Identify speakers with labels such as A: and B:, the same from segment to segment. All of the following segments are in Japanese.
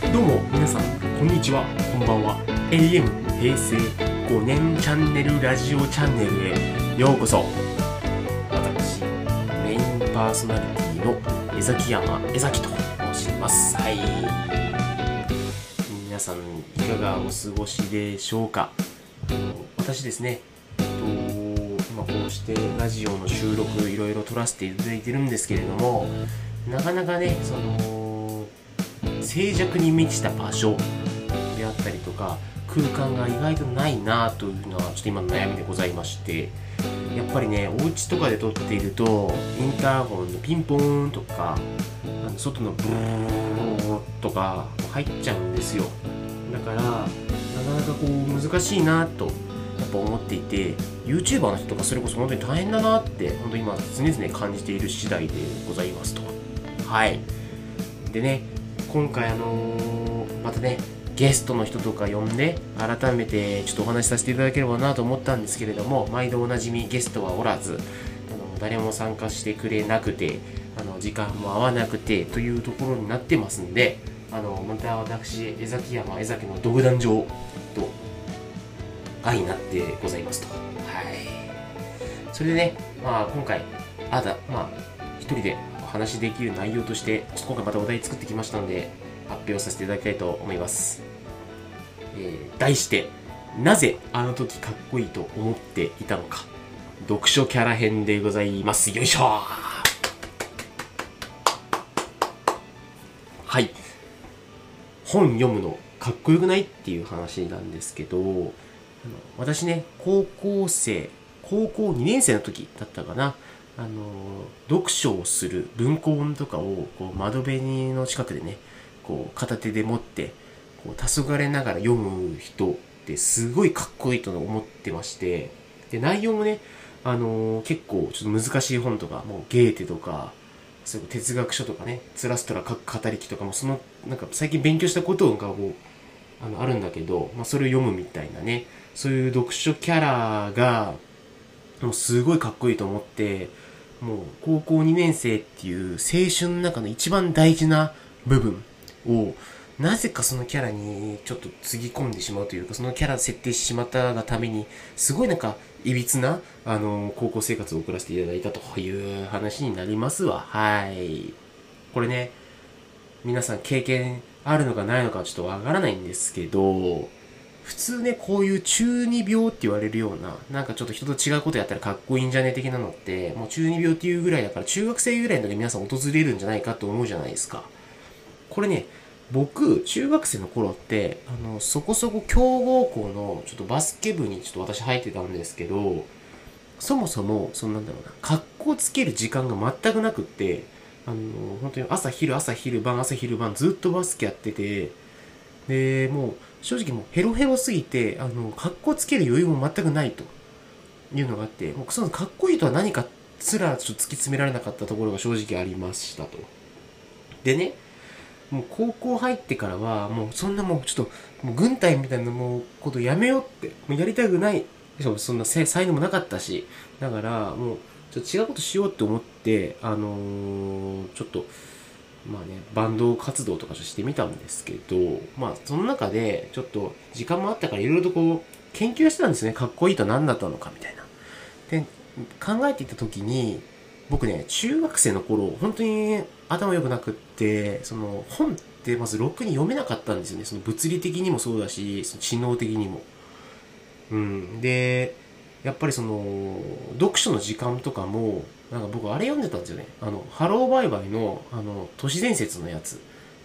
A: どうも皆さんこんにちは、こんばんは。 AM 平成5年チャンネルラジオチャンネルへようこそ。私メインパーソナリティの江崎山江崎と申します。はい、皆さんいかがお過ごしでしょうか。私ですね、今こうしてラジオの収録いろいろ撮らせていただいてるんですけれども、なかなかね静寂に満ちた場所であったりとか空間が意外とないなというのはちょっと今の悩みでございまして、やっぱりねお家とかで撮っているとインターホンのピンポーンとか外のブーとか入っちゃうんですよ。だからなかなかこう難しいなとやっぱ思っていて、 YouTuber の人とかそれこそ本当に大変だなって本当に今常々感じている次第でございますと。はいでね、今回またねゲストの人とか呼んで改めてちょっとお話しさせていただければなと思ったんですけれども、毎度おなじみゲストはおらず誰も参加してくれなくて時間も合わなくてというところになってますんで、また私江崎山江崎の独壇場と愛になってございますと。はいそれでね、今回一人でお話できる内容として今回またお題作ってきましたので発表させていただきたいと思います。題してなぜあの時かっこいいと思っていたのか、読書キャラ編でございます。よいしょ。はい、本読むのかっこよくないっていう話なんですけど、私ね高校2年生の時だったかな、読書をする文庫本とかをこう窓辺の近くでねこう片手で持ってこう黄昏ながら読む人ってすごいかっこいいと思ってまして、で内容もね、結構ちょっと難しい本とかもうゲーテとかそういう哲学書とかね、ツラストラ各語りきとかもなんか最近勉強したことがこうあるんだけど、それを読むみたいなね、そういう読書キャラがもうすごいかっこいいと思って、もう高校2年生っていう青春の中の一番大事な部分をなぜかそのキャラにちょっとつぎ込んでしまうというか、そのキャラ設定してしまったがためにすごいなんかいびつな高校生活を送らせていただいたという話になりますわ。はいこれね皆さん経験あるのかないのかちょっとわからないんですけど、普通ねこういう中二病って言われるようななんかちょっと人と違うことやったらかっこいいんじゃね的なのってもう中二病っていうぐらいだから中学生ぐらいの時皆さん訪れるんじゃないかと思うじゃないですか。これね僕中学生の頃ってそこそこ強豪校のちょっとバスケ部にちょっと私入ってたんですけど、そもそもなんだろうな格好つける時間が全くなくって、本当に朝昼晩ずっとバスケやってて、でもう正直もうヘロヘロすぎて格好つける余裕も全くないというのがあって、僕そのかっこいいとは何かすらちょっと突き詰められなかったところが正直ありましたと。でねもう高校入ってからはもうそんなもうちょっともう軍隊みたいなもうことやめようってもうやりたくない、しかもそんな才能もなかったし、だからもうちょっと違うことしようって思ってちょっとバンド活動とかしてみたんですけど、その中でちょっと時間もあったからいろいろとこう研究してたんですね。かっこいいと何だったのかみたいな。で考えていた時に僕ね中学生の頃本当に頭良くなくって、その本ってまずろくに読めなかったんですよね。その物理的にもそうだしその知能的にも。でやっぱりその読書の時間とかもなんか僕あれ読んでたんですよね。ハローバイバイの都市伝説のやつ、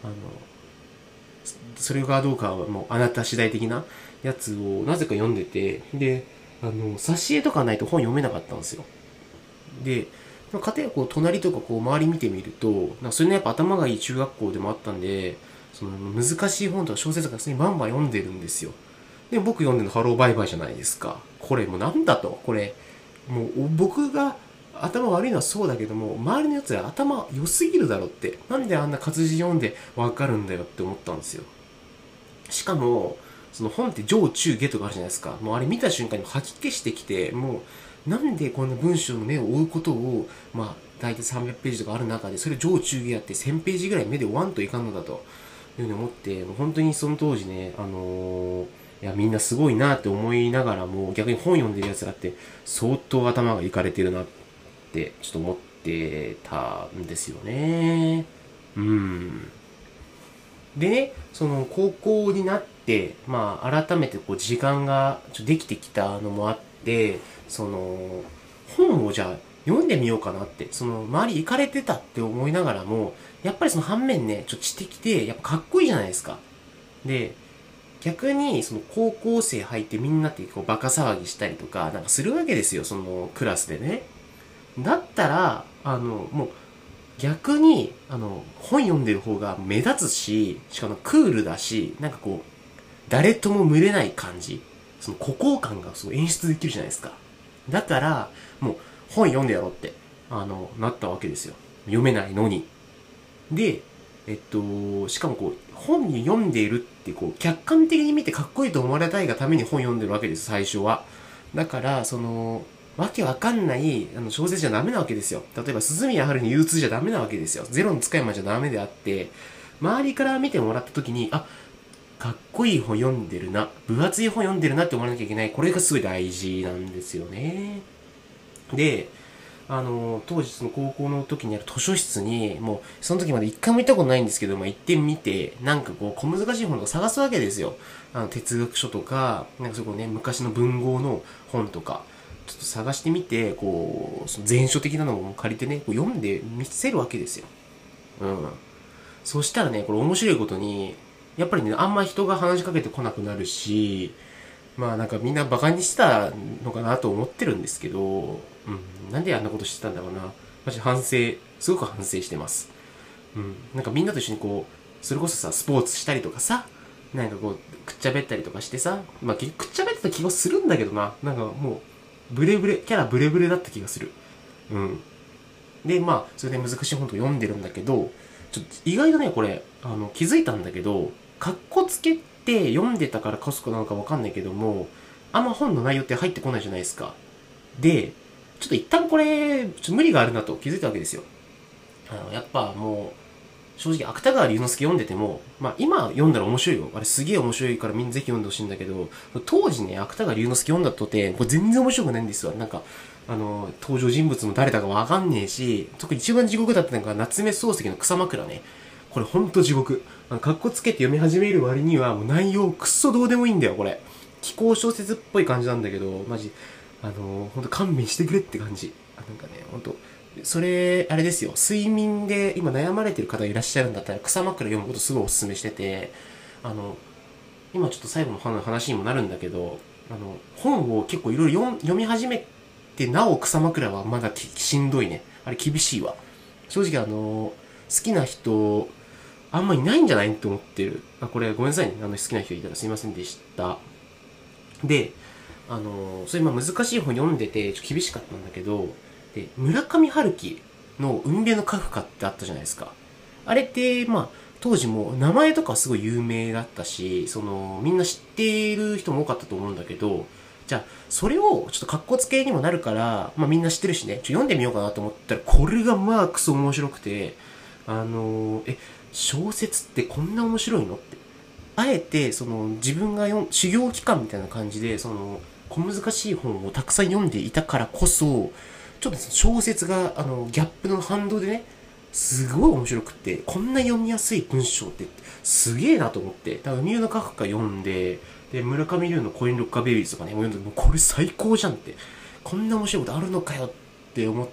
A: それがどうかはもうあなた次第的なやつをなぜか読んでて、で挿絵とかないと本読めなかったんですよ。でかたやこう隣とかこう周り見てみるとなんかそれのやっぱ頭がいい中学校でもあったんで、その難しい本とか小説とか普通にバンバン読んでるんですよ。で僕読んでるのハローバイバイじゃないですか。これもうなんだと、これもう僕が頭悪いのはそうだけども周りのやつは頭良すぎるだろって、なんであんな活字読んでわかるんだよって思ったんですよ。しかもその本って上中下とかあるじゃないですか。もうあれ見た瞬間に吐き気してきて、もうなんでこんな文章の目を追うことを大体300ページとかある中でそれ上中下やって1000ページぐらい目で終わんといかんのだと。 いうふうに思って、もう本当にその当時ね、いや、みんなすごいなって思いながらも、逆に本読んでる奴らって相当頭がいかれてるなってちょっと思ってたんですよね。うん。でね、その高校になって、まあ改めてこう時間ができてきたのもあって、その本をじゃあ読んでみようかなって、その周り行かれてたって思いながらも、やっぱりその反面ね、知的で、やっぱかっこいいじゃないですか。で、逆にその高校生入ってみんなってこうバカ騒ぎしたりとか、なんかするわけですよ、そのクラスでね。だったら、もう逆に、本読んでる方が目立つし、しかもクールだし、なんかこう、誰とも群れない感じ。その孤高感がすごい演出できるじゃないですか。だから、もう本読んでやろうって、なったわけですよ。読めないのに。で、しかもこう、本に読んでいるってこう、客観的に見てかっこいいと思われたいがために本読んでるわけです、最初は。だから、わけわかんない小説じゃダメなわけですよ。例えば、鈴宮春に憂鬱じゃダメなわけですよ。ゼロの使い魔じゃダメであって、周りから見てもらった時に、あ、かっこいい本読んでるな、分厚い本読んでるなって思わなきゃいけない。これがすごい大事なんですよね。で、当時その高校の時にある図書室に、もうその時まで一回も行ったことないんですけど、まあ、行ってみて、なんかこう小難しい本とか探すわけですよ。哲学書とか、なんかそこね、昔の文豪の本とか、ちょっと探してみて、こう、その前書的なのも借りてね、こう読んで見せるわけですよ。うん。そしたらね、これ面白いことに、やっぱりね、あんま人が話しかけてこなくなるし、まあなんかみんなバカにしてたのかなと思ってるんですけど、なんであんなことしてたんだろうな。マジ反省、すごく反省してます。なんかみんなと一緒にこう、それこそさ、スポーツしたりとかさ、なんかこう、くっちゃべったりとかしてさ、まあくっちゃべってた気がするんだけどな。なんかもう、ブレブレ、キャラブレブレだった気がする。うん。で、まあ、それで難しい本と読んでるんだけど、ちょっと意外とね、これ、気づいたんだけど、カッコつけて読んでたからこそなのかわかんないけども、あんま本の内容って入ってこないじゃないですか。で、ちょっと一旦これ、無理があるなと気づいたわけですよ。やっぱもう、正直芥川龍之介読んでても、まあ今読んだら面白いよ。あれすげえ面白いからみんなぜひ読んでほしいんだけど、当時ね、芥川龍之介読んだとて、これ全然面白くないんですよ。なんか、登場人物も誰だかわかんねえし、特に一番地獄だったのが夏目漱石の草枕ね。これほんと地獄。かっこつけて読み始める割には、もう内容くっそどうでもいいんだよ、これ。気候小説っぽい感じなんだけど、マジ、ほんと勘弁してくれって感じ。なんかね、ほんと、それ、あれですよ、睡眠で今悩まれてる方いらっしゃるんだったら、草枕読むことすごいおすすめしてて、あの、今ちょっと最後の話にもなるんだけど、本を結構いろいろ読み始めて、なお草枕はまだしんどいね。あれ厳しいわ。正直好きな人、あんまいないんじゃないって思ってる。これごめんなさいね。好きな人いたらすいませんでした。で、それ難しい本読んでて、ちょっと厳しかったんだけど、で、村上春樹の海辺のカフカってあったじゃないですか。あれって、まあ、当時も名前とかすごい有名だったし、みんな知っている人も多かったと思うんだけど、じゃあ、それをちょっと格好つけにもなるから、まあみんな知ってるしね、読んでみようかなと思ったら、これがまあクソ面白くて、小説ってこんな面白いのって。あえて、自分が修行期間みたいな感じで、小難しい本をたくさん読んでいたからこそ、ちょっと小説が、ギャップの反動でね、すごい面白くって、こんな読みやすい文章ってすげえなと思って、だから海のカフカ読んで、で、村上龍のコインロッカーベイビーズとかね、もう読んで、もうこれ最高じゃんって、こんな面白いことあるのかよって思って、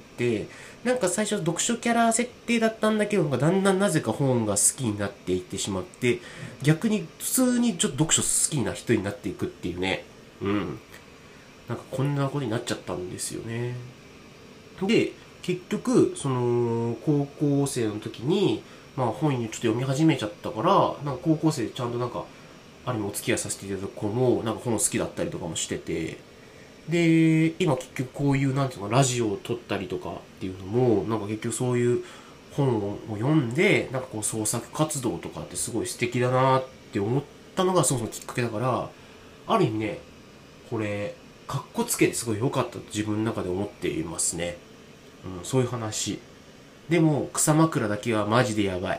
A: なんか最初読書キャラ設定だったんだけど、だんだんなぜか本が好きになっていってしまって、逆に普通にちょっと読書好きな人になっていくっていうね。うん。なんかこんなことになっちゃったんですよね。で、結局、高校生の時に、まあ本にちょっと読み始めちゃったから、なんか高校生でちゃんとなんか、あれもお付き合いさせていただく子も、なんか本好きだったりとかもしてて、で、今結局こういう、なんていうの、ラジオを撮ったりとかっていうのも、なんか結局そういう本を読んで、なんかこう創作活動とかってすごい素敵だなって思ったのがそもそもきっかけだから、ある意味ね、これ、かっこつけてすごい良かったと自分の中で思っていますね。そういう話。でも、草枕だけはマジでやばい。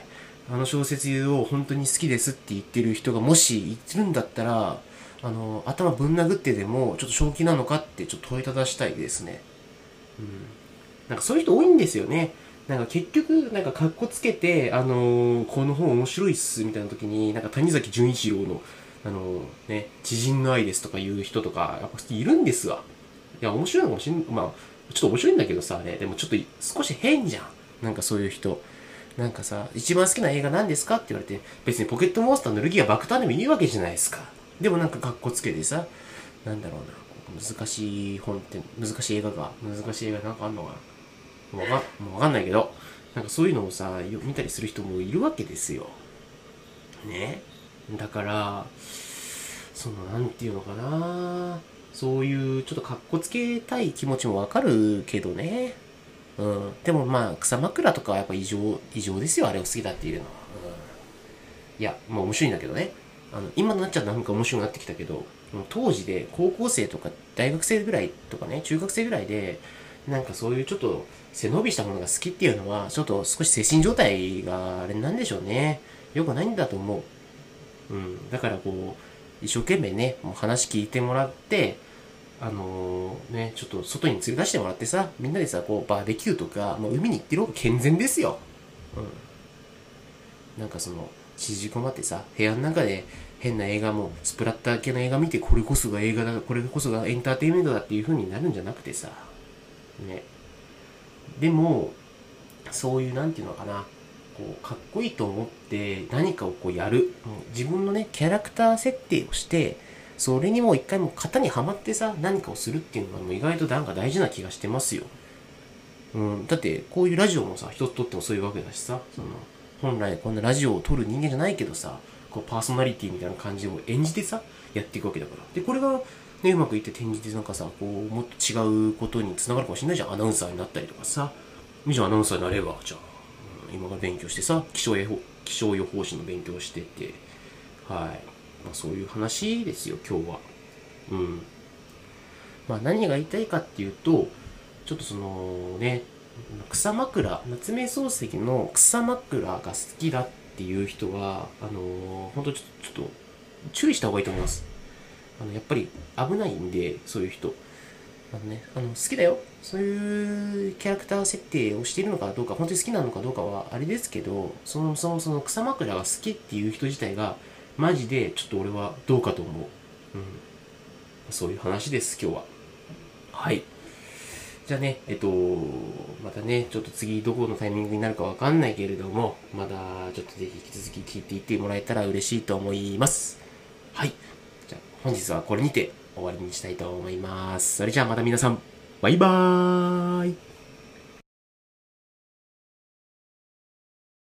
A: あの小説を本当に好きですって言ってる人がもしいるんだったら、頭ぶん殴ってでも、ちょっと正気なのかってちょっと問いただしたいですね。うん。なんかそういう人多いんですよね。なんか結局、なんか格好つけて、この本面白いっす、みたいな時に、なんか谷崎潤一郎の、知人の愛ですとかいう人とか、やっぱいるんですわ。いや、面白いのかもしん、まあ、ちょっと面白いんだけどさ、ね、でもちょっと少し変じゃん。なんかそういう人。なんかさ、一番好きな映画何ですかって言われて、別にポケットモンスターのルギア爆誕でもいいわけじゃないですか。でもなんか格好つけてさ、なんだろうな、難しい本って、難しい映画か、難しい映画なんかあんのかな。もうわかんないけど、なんかそういうのをさ、見たりする人もいるわけですよ。ね。だから、なんていうのかな。そういうちょっと格好つけたい気持ちもわかるけどね。うん。でもまあ、草枕とかはやっぱ異常ですよ、あれを好きだっていうのは。うん、いや、まあ面白いんだけどね。今になっちゃなんか面白くなってきたけど、当時で高校生とか大学生ぐらいとかね、中学生ぐらいで、なんかそういうちょっと背伸びしたものが好きっていうのは、ちょっと少し精神状態があれなんでしょうね。よくないんだと思う。うん。だからこう、一生懸命ね、もう話聞いてもらって、ちょっと外に連れ出してもらってさ、みんなでさ、こう、バーベキューとか、もう海に行ってる方が健全ですよ。うん。なんか縮こまってさ、部屋の中で変な映画も、スプラッター系の映画見て、これこそが映画だ、これこそがエンターテインメントだっていう風になるんじゃなくてさ、ね。でも、そういう、なんていうのかな、こう、かっこいいと思って何かをこうやる。自分のね、キャラクター設定をして、それにもう一回も型にはまってさ、何かをするっていうのはもう意外となんか大事な気がしてますよ。うん、だってこういうラジオもさ、一つとってもそういうわけだしさ、本来こんなラジオを撮る人間じゃないけどさ、こうパーソナリティみたいな感じを演じてさ、やっていくわけだから。で、これがね、うまくいって転じてなんかさ、こう、もっと違うことに繋がるかもしれないじゃん。アナウンサーになったりとかさ。いいじゃん、アナウンサーになれば、じゃあ、今から勉強してさ、気象予報士の勉強してって、はい。まあそういう話ですよ、今日は。うん。まあ何が言いたいかっていうと、ちょっと草枕、夏目漱石の草枕が好きだっていう人は、本当ちょっと注意した方がいいと思います。やっぱり危ないんで、そういう人。好きだよ。そういうキャラクター設定をしているのかどうか、本当に好きなのかどうかはあれですけど、その草枕が好きっていう人自体が、マジでちょっと俺はどうかと思う。うん。そういう話です、今日は。はい。じゃあね、またね、ちょっと次どこのタイミングになるかわかんないけれども、まだちょっとぜひ引き続き聞いていってもらえたら嬉しいと思います。はい。じゃあ本日はこれにて終わりにしたいと思います。それじゃあまた皆さん、バイバーイ。